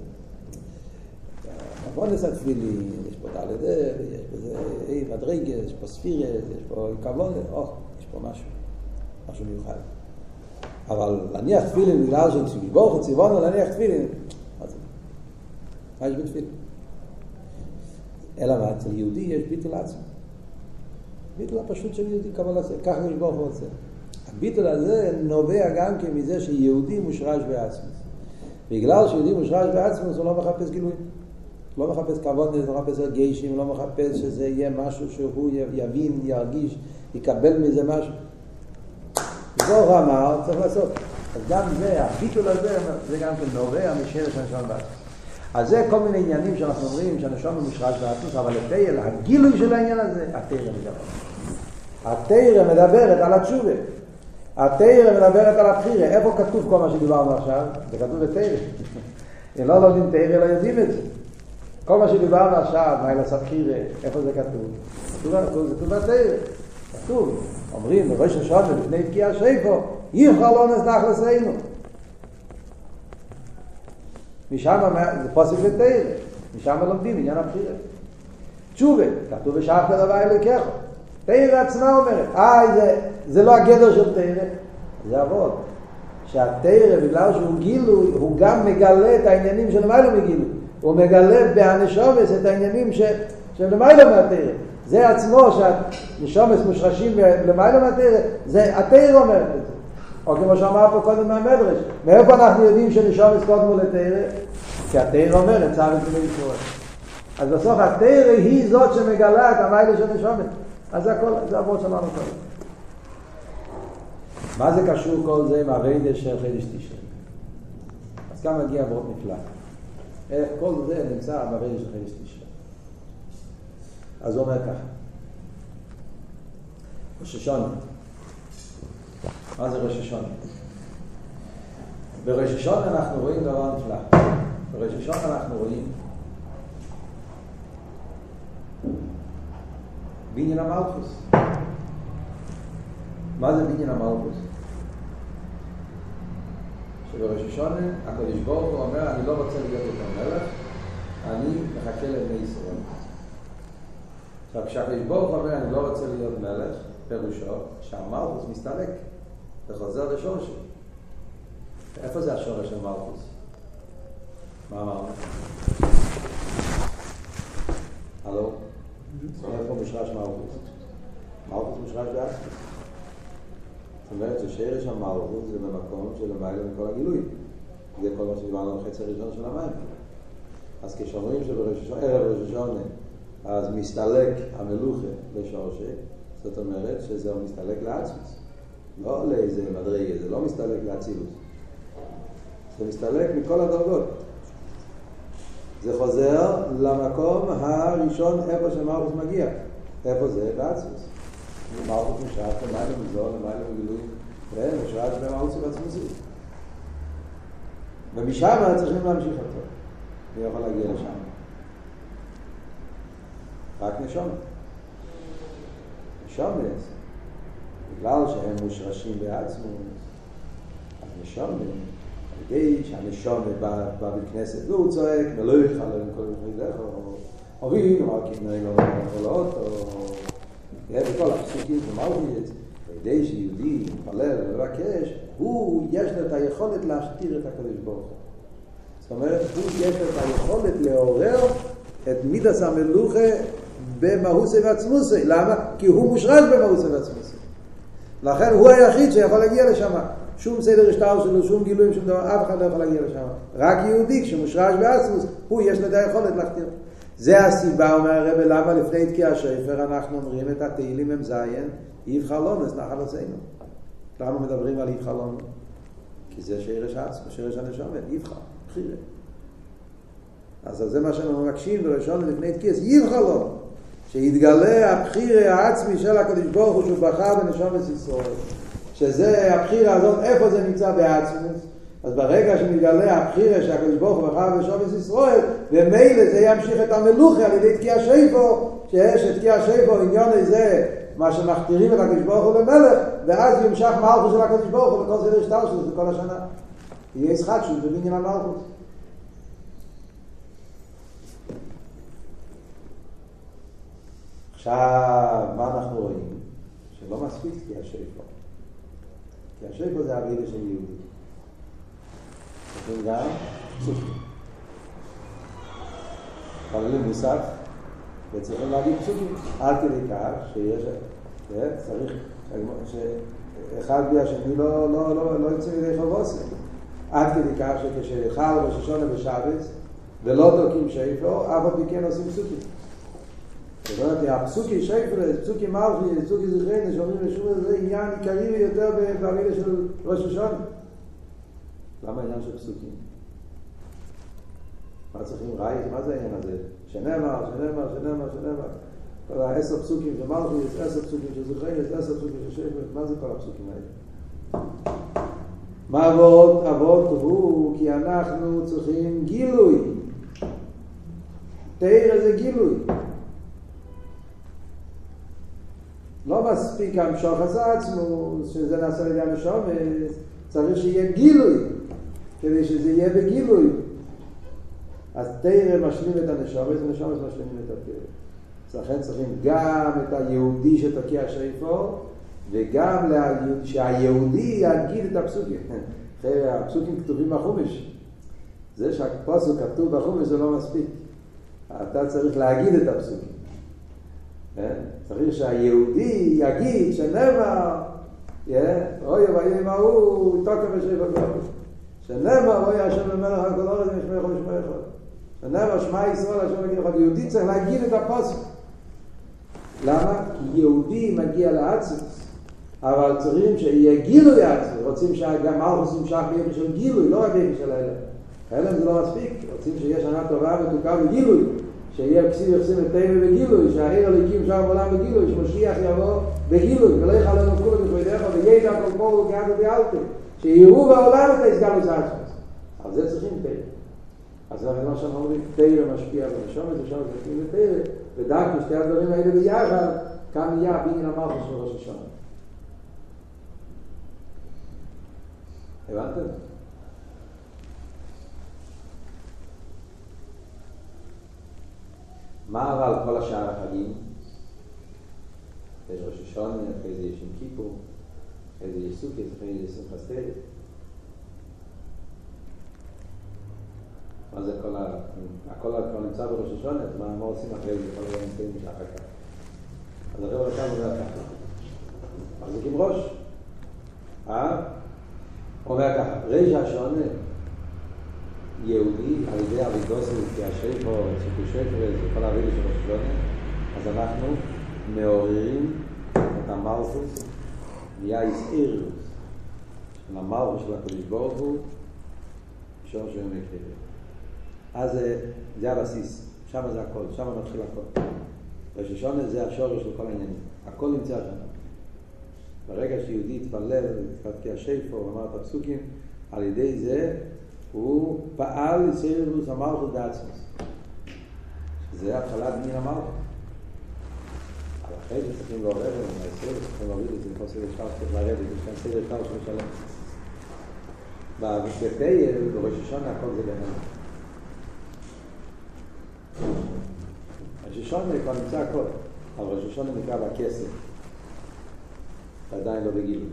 Speaker 1: כבוד לצד תפילין, יש פה דלת, יש בזה מדרגה, יש פה ספירה, יש פה כבוד, יש פה משהו מיוחד. אבל להניח תפילין בגלל שברוך ציוונו להניח תפילין, מה יש בתפילין? אלא מה, אצל יהודי יש ביטול עצמי. ביטול הפשוט של יהודי קבל עשה, כך יש ברוך הוא רוצה. הביטול הזה נובע גם כן מזה שיהודי מושרש בעצמוס. בגלל שיהודי מושרש בעצמוס הוא לא מחפש גילוי. לא מחפש כבוד, לא מחפש רגשים, לא מחפש שזה יהיה משהו שהוא יבין, ירגיש, יקבל מזה משהו. ברוך אמר, צריך לעשות. אז גם זה, הביטול הזה, זה גם כן נובע משרש הנשמה בעצמוס. אז זה כל מיני עניינים שאנחנו אומרים שהנשמה מושרש בעצמוס, אבל התאיר, הגילוי של העניין הזה, התאיר מדבר. התאיר מדברת על התשובה. התאיר מדברת על הבחירה. איפה כתוב כל מה שדיברנו עכשיו? זה כתוב בתאיר. אם לא לומדים תאיר, לא יודעים את זה. כל מה שדיברנו עכשיו, מה אלס הבחירה, איפה זה כתוב? זה כתוב בתאיר. כתוב. אומרים, בראש השונה, לפני תקיע שיפו, יבחר לא נסנח לסיינו. משם, זה פוסק בתאיר. משם לומדים עניין הבחירה. תשובה, כתוב בשאפת הדבר אלוקיך. תאיר עצמה אומרת, זה לא הגדר של תאיר, זה עבוד. שהתאיר, בגלל שהוא גילוי, הוא גם מגלה את העניינים של למיילו מגילוי. הוא מגלה בהנשומס את העניינים של למיילו מהתאיר. זה עצמו שהנשומס מושרשים למיילו מהתאיר, זה התאיר אומרת את זה. או כמו שאמר פה קודם מהמדרש, מאיפה אנחנו יודעים שנשומס קודמו לתאיר? כי התאיר אומרת, צער את זה ישראל. אז בסוף התאיר היא זאת שמגלה את המיילו של נשומס. אז זה הכל, זה עבוד שלנו כל. מה זה קשור כל זה עם הווידה של חידש תשרי? אז כאן מגיע עבוד נפלא. איך כל זה נמצא בווידה של חידש תשרי? אז הוא אומר ככה. ראש השונה. מה זה ראש השונה? בראש השונה אנחנו רואים דבר נפלא. בראש השונה אנחנו רואים בניין המלכוס. מה זה בניין המלכוס? שבראש השונה הקדוש ברוך הוא אומר, אני לא רוצה להיות את המלך, אני מחכה לבני ישראל. עכשיו, כשהקדוש ברוך הוא אומר, אני לא רוצה להיות מלך, פירושו שהמלכוס מסתלק וחוזר לשורשו. איפה זה השורש של מלכוס? מה אמרנו? הלו? איפה מושרש מלכות? מלכות מושרש בעצמוס. זאת אומרת ששרש המלכות זה במקום של המיילה מכל הגילוי. זה כל מה שדיברנו בחצי הראשון של המים. אז כשאומרים שערב ראש השונה אז מסתלק המלוכה לשורשי, זאת אומרת שזה מסתלק לעצמוס. לא לאיזה מדרגה, זה לא מסתלק לאצילות. זה מסתלק מכל הדרגות. זה חוזר למקום הראשון איפה שמלכות מגיע. איפה זה? בעצמוס. מלכות משרש למעלה מזור, למעלה מגילוי, ומשרש במלכות בעצמוסית. ומשם צריכים להמשיך אותו. מי יכול להגיע לשם? רק נשום. נשום בעצם. בגלל שהם מושרשים בעצמוס, אז נשום, על ידי שהנשום בא בבית כנסת והוא צועק, ולא יתחלל עם כל מפרידך, או ריב, או כמנהל לא נעלות, או בכל הפסוקים ומלכות, על ידי שיהודי מתפלל ומבקש, יש לו את היכולת להשתיר את הקדוש ברוך הוא. זאת אומרת, יש לו את היכולת לעורר את מידס המלוכה במהוסי ועצמוסי. למה? כי הוא מושרש במהוסי ועצמוסי. לכן הוא היחיד שיכול להגיע לשם. שום סדר השטר שלו, שום גילויים, שום דבר, אף אחד לא יכול להגיע לשם. רק יהודי, כשמושרש בעצמוס, יש לו את היכולת להכתיר. זה הסיבה, אומר הרב, למה לפני תקיע השופר אנחנו אומרים את התהילים הם זיין, יבחר לונס נחל עשינו. למה מדברים על יבחר לונס? כי זה שרש עצמו, שרש הנשמה, יבחר, בחירה. אז זה מה שאנחנו מבקשים בראשון לפני תקיעס, יבחר לו, שיתגלה הבחירה העצמי של הקדוש ברוך הוא שהוא בחר בנשמת ישראל. שזה הבחירה הזאת, איפה זה נמצא בעצמוס? אז ברגע שמתגלה הבחירה שהקדוש ברוך הוא בחר בנשמת ישראל, ומילא זה ימשיך את המלוכה על ידי תקיע שפו, שיש את תקיע שפו, עניון הזה, מה שמכתירים את הקדוש ברוך הוא למלך, ואז ימשך מלכות של הקדוש ברוך הוא וכל סדר שטר שלו, זה כל השנה. יהיה ישחק שהוא בבניין המלכות. עכשיו, מה אנחנו רואים? שלא מספיק תקיע שפו. תקיע שפו זה הרידה של יהודי. צריכים גם פסוקים. חללים מוסף, וצריכים להגיד פסוקים. עד כדי כך שיש, צריך, שאחד בלי השני לא יוצא מידי חובוסים. עד כדי כך שכשחל ראש השונה בשבץ, ולא תוקים שפו, אף על פי כן עושים פסוקים. זאת אומרת, הפסוקי שפר, פסוקי מלכי, פסוקי זכרין, שאומרים לשום זה עניין עיקרי ביותר במילה של ראש השונה. למה העניין של פסוקים? מה צריכים רייך? מה זה העניין הזה? שנאמר. כל 10 פסוקים של מלכי, 10 פסוקים של זכרין, 10 פסוקים של שפר, מה זה כל הפסוקים האלה? מה אבות הוא? כי אנחנו צריכים גילוי. תאיר איזה גילוי. לא מספיק המשוך הזה עצמו, שזה נעשה על ידי המשומס, צריך שיהיה גילוי, כדי שזה יהיה בגילוי. אז תאיר משלים את הנשומס, ונשומס משלימים את התאיר. לכן צריכים גם את היהודי שתקיע שפו, וגם שהיהודי יגיד את הפסוקים. הפסוקים כתובים בחומש. זה שהפסוק כתוב בחומש זה לא מספיק. אתה צריך להגיד את הפסוקים. צריך שהיהודי יגיד שנאמר, אוי ויהי מהו תוקף ושפע גאו. שנאמר אוי השם למלך הכל אורז משמעך ומשמעך. שנאמר שמע ישראל השם להגיד לך. יהודי צריך להגיד את הפסוק. למה? כי יהודי מגיע לעצמוס. אבל צריכים שיהיה גילוי עצמי. רוצים שגם מלכות ימשך ביום של גילוי, לא רק ביום של הלם. הלם זה לא מספיק. רוצים שיש שנה טובה ותוקה בגילוי. שיהיה כסיב יחסים את טבע בגילוי, שהעיר הליקים שם בעולם בגילוי, שמשיח יבוא בגילוי, ולא יחלנו כולו בכבודיך, וידע כל כל וגעד וביאלתם, שיראו בעולם את ההסגל עצמוס. על זה צריכים טבע. אז זה מה שאנחנו אומרים, טבע משפיע בנשומות, ושם צריכים לטבע, ודווקא שתי הדברים האלה ביחד, כאן יהיה בניין המלכות של ראש השונה. הבנתם? מה אבל כל השאר החגים? יש ראש השונה, אחרי זה יש עם כיפור, אחרי זה יש סוכות, אחרי זה יש שמחת תורה. מה זה הכל כבר נמצא בראש השונה, אז מה עושים אחרי זה, כל היום נמצאים אחר כך. אז הרב עכשיו אומר ככה, מחזיקים ראש. אומר ככה, ריש השונה יהודי על ידי אבידוסי כהשפו, צוקושפרס וכל הריש של ראש השונה, אז אנחנו מעוררים את המלכות, נהיה איסעירוס של המלכות של הקדוש ברוך הוא, שורש יום יקרה. אז זה הבסיס, שם זה הכל, שם מתחיל הכל. ראש השונה זה השורש של כל העניינים, הכל נמצא שם. ברגע שיהודי התפלל, התפתקי השפו, אמר את הפסוקים, על ידי זה הוא פעל איסעירוס המלכות בעצמוס. זה התחלת בניין המלכות. אחרי זה צריכים לעורר, צריכים להוריד את זה, לכל סדר שטר שצריך לרדת, יש כאן סדר שטר שמשלם. בפייל, בראש השונה, הכל זה גנן. ראש השונה כבר נמצא הכל, אבל ראש השונה נקרא בכסף. עדיין לא בגילוי.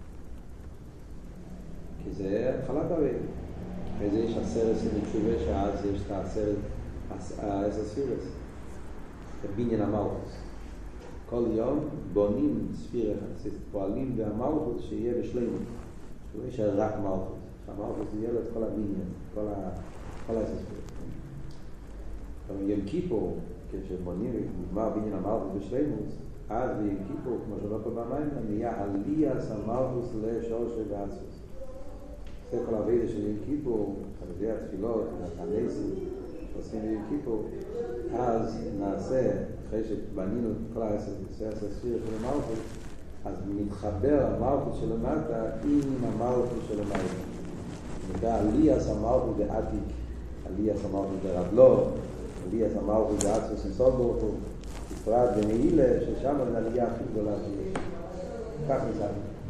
Speaker 1: כי זה התחלת הרי. אחרי זה יש הסרס מתשובה, שאז יש את הסרס, הספירס. בניין המלכות. כל יום בונים ספירה, פועלים במלכות שיהיה בשלמות. שלא יישאר רק מלכות. שהמלכות יהיה לו את כל הבניין, כל הספירה. יום כיפור, כשבונים ונגמר בניין המלכות בשלמות, אז ביום כיפור, כמו שלא פה במים, נהיה עלייה סמלכות לשורש ובאצוס. זה כל הווידה של יום כיפור, על ידי התפילות, הנסים, שעושים ביום כיפור, אז נעשה, אחרי שבנינו את כל הספירה של המלכות, אז מתחבר המלכות של המטה עם המלכות של המטה. נקרא עלייה סמלכות בעתיק, עלייה סמלכות ברבלו, עלייה סמלכות באצוס מסוד ברוך הוא, בפרט בנעילה, ששם זה העלייה הכי גדולה שיש. כך נצא.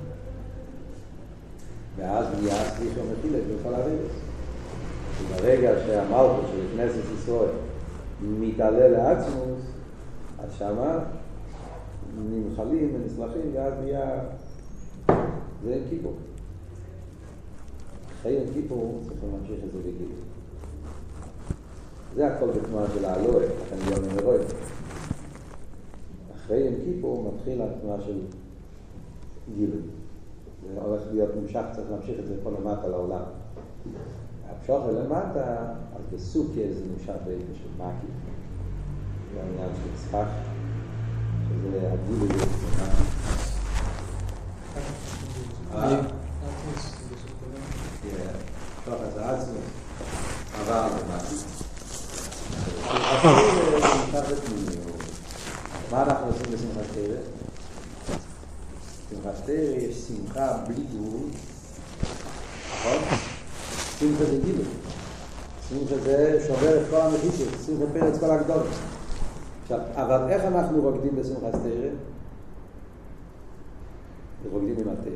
Speaker 1: ואז נהיה סליחה ומחילת בכל הרבס. וברגע שהמלכות של כנסת ישראל מתעלה לעצמוס, אז שמה נמחלים ונסלחים, ואז נהיה... זה עם כיפור. אחרי עם כיפור צריכים להמשיך את זה בגיל. זה הכל בתנועה של האלוהי, לכן יום נמרוי. אחרי עם כיפור מתחיל התנועה של גילוי. זה הולך להיות ממשך, צריך להמשיך את זה פה למטה לעולם. המשוך למטה, אז בסוכה זה נמשך באיפה של מקי. זה העניין של צחק, שזה הגילוי של מקי. טוב, אז העצמוס עבר למקי. מה אנחנו עושים בשמחת תרא? בשמחת תרא יש שמחה בלי גבול, נכון? שמחה זה גילוי. שמחה זה שובר את כל המחישות, שמחה פרץ כל הגדול. עכשיו, אבל איך אנחנו רוקדים בשמחת תרא? רוקדים עם התרא.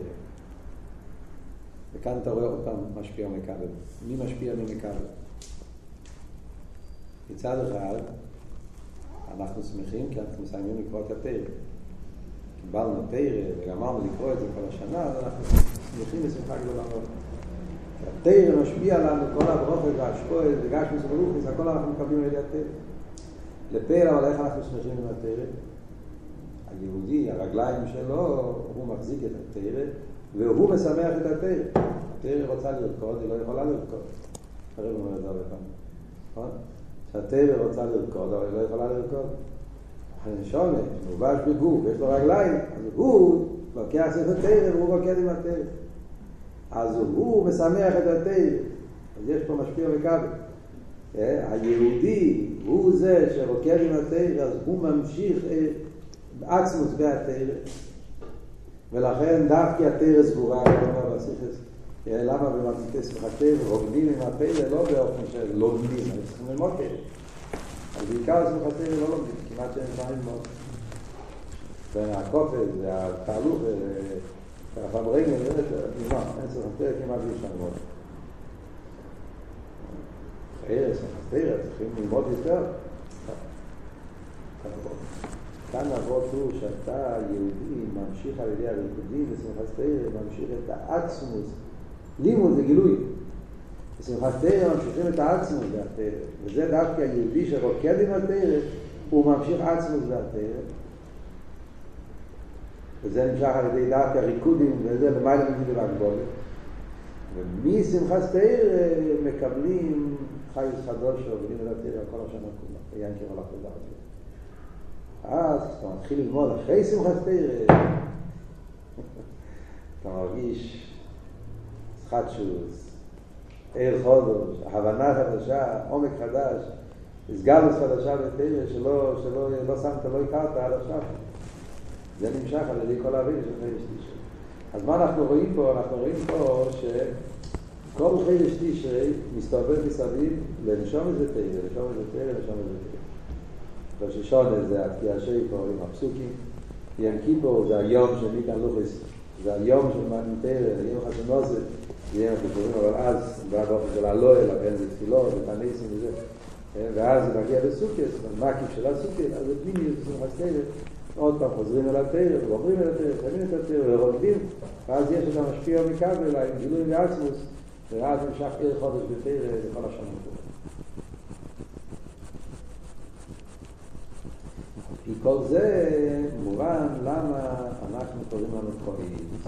Speaker 1: וכאן אתה רואה עוד פעם משפיע ומקבל. מי משפיע ומקבל? מצד אחד, אנחנו שמחים כי אנחנו מסיימים לקרוא את התרא. קיבלנו תרא וגמרנו לקרוא את זה כל השנה, אז אנחנו שמחים בשמחה גדולה מאוד. התרא משפיע לנו כל הברוכות והשפועות וגשמוס וברוכניס, הכל אנחנו מקבלים על ידי התרא. לפעיל, אבל איך אנחנו שמחים עם התרא? היהודי, הרגליים שלו, הוא מחזיק את התרא והוא משמח את התרא. התרא רוצה לרקוד, היא לא יכולה לרקוד. הרב אומר את זה הרבה פעמים. נכון? שהתרא רוצה לרקוד, אבל היא לא יכולה לרקוד. הנשונה, שמובש בגוף, יש לו רגליים, אז הוא לוקח את התרא והוא רוקד עם התרא. אז הוא משמח את התרא. אז יש פה משפיע מקבל. היהודי הוא זה שרוקד עם התרא, אז הוא ממשיך עצמוס בהתרא. ולכן דווקא התרא סגורה, למה במתיקי שמחת תרא רוקדים עם הפלא לא באופן של לומדים, אני צריכים ללמוד תרא. אבל בעיקר שמחת תרא לא לומדים, כמעט שאין אפשר ללמוד. והקופת והתהלוך והפעם רגל, אין שמחת תרא כמעט בלי אפשר ללמוד. אחרי שמחת תרא צריכים ללמוד יותר. כאן נעבור שוב שאתה יהודי ממשיך על ידי הריקודים ושמחת תרא, ממשיך את העצמוס. לימוד זה גילוי. בשמחת תרא ממשיכים את העצמות בהתרא, וזה דווקא היהודי שרוקד עם התרא, הוא ממשיך עצמות בהתרא, וזה נמשך על ידי דווקא ריקודים, וזה למעלה מגיל והגבולת. ומשמחת תרא מקבלים חייס חדוש שעובדים על התרא כל השנה כולה, וינקר על החודה הזאת. אז אתה מתחיל ללמוד אחרי שמחת תרא, אתה מרגיש חדשוס, עיר חודש, הבנה חדשה, עומק חדש, הסגלוס חדשה בתרא שלא שמת, לא הכרת עד עכשיו. זה נמשך על ידי כל העביד של חודש תשרי. אז מה אנחנו רואים פה? אנחנו רואים פה שכל חודש תשרי מסתובב מסביב לנשום את זה תרא, לנשום את זה תרא, לנשום את זה תרא. ראש השונה זה התקיע שיפור עם הפסוקים, יום כיפור זה היום של מיקן לוחס, זה היום של מתן תרא, יום חתונוזת, זה יום הכיפורים, אבל אז בא באופן של הלואה, לכן זה תפילות, זה פניסים וזה, ואז זה מגיע בסוכת, במקיף של הסוכת, אז זה פנימי, זה שמחת תרא, עוד פעם חוזרים אל התרא, ואומרים אל התרא, שמים את התרא, ורוקדים, ואז יש את המשפיע ומקבל, עם גילוי ועצמוס, ואז נמשך עיר חודש בתרא לכל השנה. כי כל זה מובן למה אנחנו קוראים לנו קויס.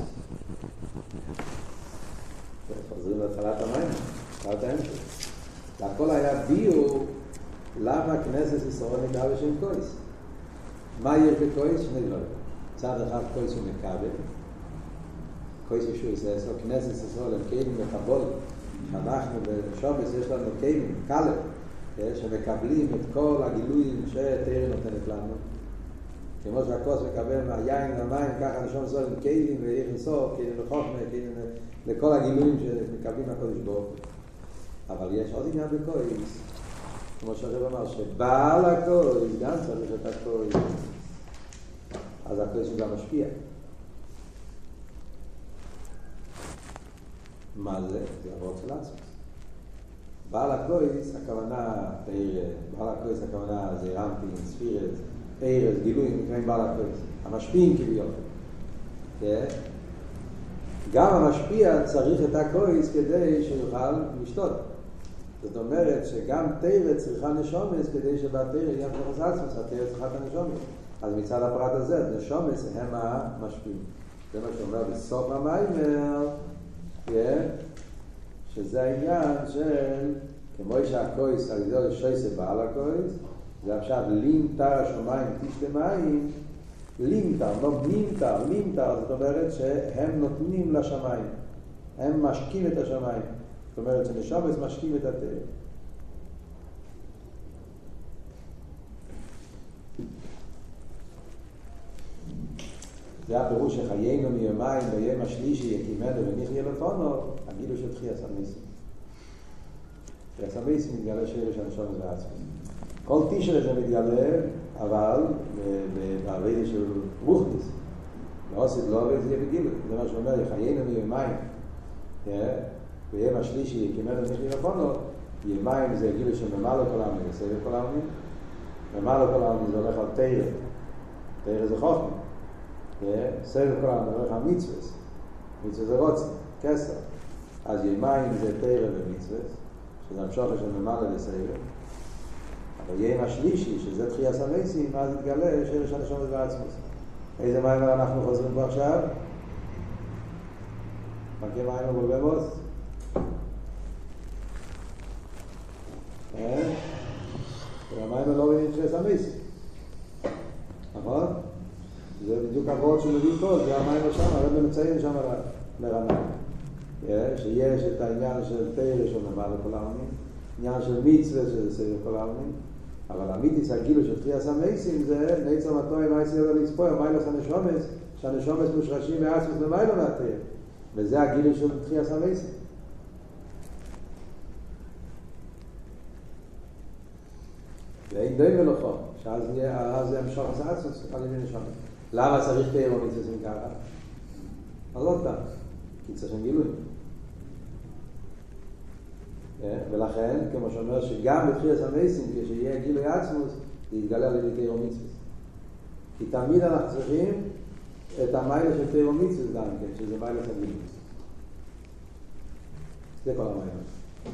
Speaker 1: חוזרים להתחלת המים, התחלת האמצע. והכל היה ביור למה כנסת ישראל נקרא בשם קויס. מה יש בקויס? שני דברים. צד אחד קויס הוא מקבל. קויס ישוע ישראל, כנסת ישראל הם קיימים מקבול. שאנחנו בשובס יש לנו קיימים, קלב. שמקבלים את כל הגילויים שתרא נותנת לנו. כמו שהכוס מקבל מהיין והמים, ככה נשום ישראל עם כלים ויכנסות, כלים לחוכמה, כלים לכל הגילויים שמקבלים מהקודש ברוך. אבל יש עוד עניין בקויס, כמו שהרב אמר, שבעל הקויס גם צריך את הקויס. אז הקויס הוא גם משפיע. מה זה? זה עבוד של עצמוס. בעל הקויס, הכוונה תרא, בעל הקויס הכוונה זה רמפין, ספירת, ערס, גילויים, נקראים בעל הקויס. המשפיעים כביכול. גם המשפיע צריך את הקויס כדי שיוכל לשתות. זאת אומרת שגם תרא צריכה נשומס כדי שבתרא יהיה פרחס עצמוס, התרא צריכה את הנשומס. אז מצד הפרט הזה, נשומס הם המשפיעים. זה מה שאומר בסוף המיימר, שזה העניין של כמו שהקויס על ידי שייסה בעל הקויס, זה עכשיו לימטר השמיים תשתה מים, לימטר, לא לימטר, לימטר, זאת אומרת שהם נותנים לשמיים, הם משקים את השמיים, זאת אומרת שנשומס משקים את התרא. זה הפירוש שחיינו מיומיים ביום השלישי יקימנו ונחיה לפונו, הגילו של תחייה סמייסים. תחייה סמייסים מתגלה שרש הנשומס ועצמוס. כל תשרי זה מתגלה, אבל בעבידה של רוחניס. לעומת לא עובד זה יהיה בגילו. זה מה שאומר, חיינו מיומיים. ביום השלישי יקימנו ונחיה לפונו, יומיים זה הגילו של ממלא כל העמים וסבב כל העמים. ממלא כל העמים זה הולך על תרא. תרא זה חוכמה. סבב כל העולם הולך על מצווס. מצווס זה רוצן, כסר. אז ימיים זה תרא ומצווס, שזה המשוכר של ממלא לסבב. אבל יום השלישי, שזה תחייה סמייסים, אז יתגלה שרש הנשומס ועצמוס. איזה מים אנחנו חוזרים פה עכשיו? מכיר מים בולבמוס? המים לא רואים תחייה סמייסים. נכון? זה בדיוק עבוד שמביא כל, זה המים לשם, הרב מציין שם לרענן. שיש את העניין של תרא של ממלא כל העלמין, עניין של מצווה שזה סבב כל העלמין, אבל אמיתיס הגילו של תחייה סמייסים זה ניצר מתוי מייסי ידע לצפוי, המיילס הנשומס, שהנשומס מושרשים מעצמוס למיילו מהתרא, וזה הגילו של תחייה סמייסים. ואין די ולוחו, שאז זה המשוך עשה עצמוס, על ימי נשומס. למה צריך תרא ומצווים ככה? אז לא טעם, כי צריך גילוי. ולכן, כמו שאומר שגם בתחייה סמייסים, כשיהיה גילוי עצמוס, זה יתגלה על ידי תרא ומצווים. כי תמיד אנחנו צריכים את המיילה של תרא ומצווים גם כן, שזה מיילה של גילוי. זה כל המיילה.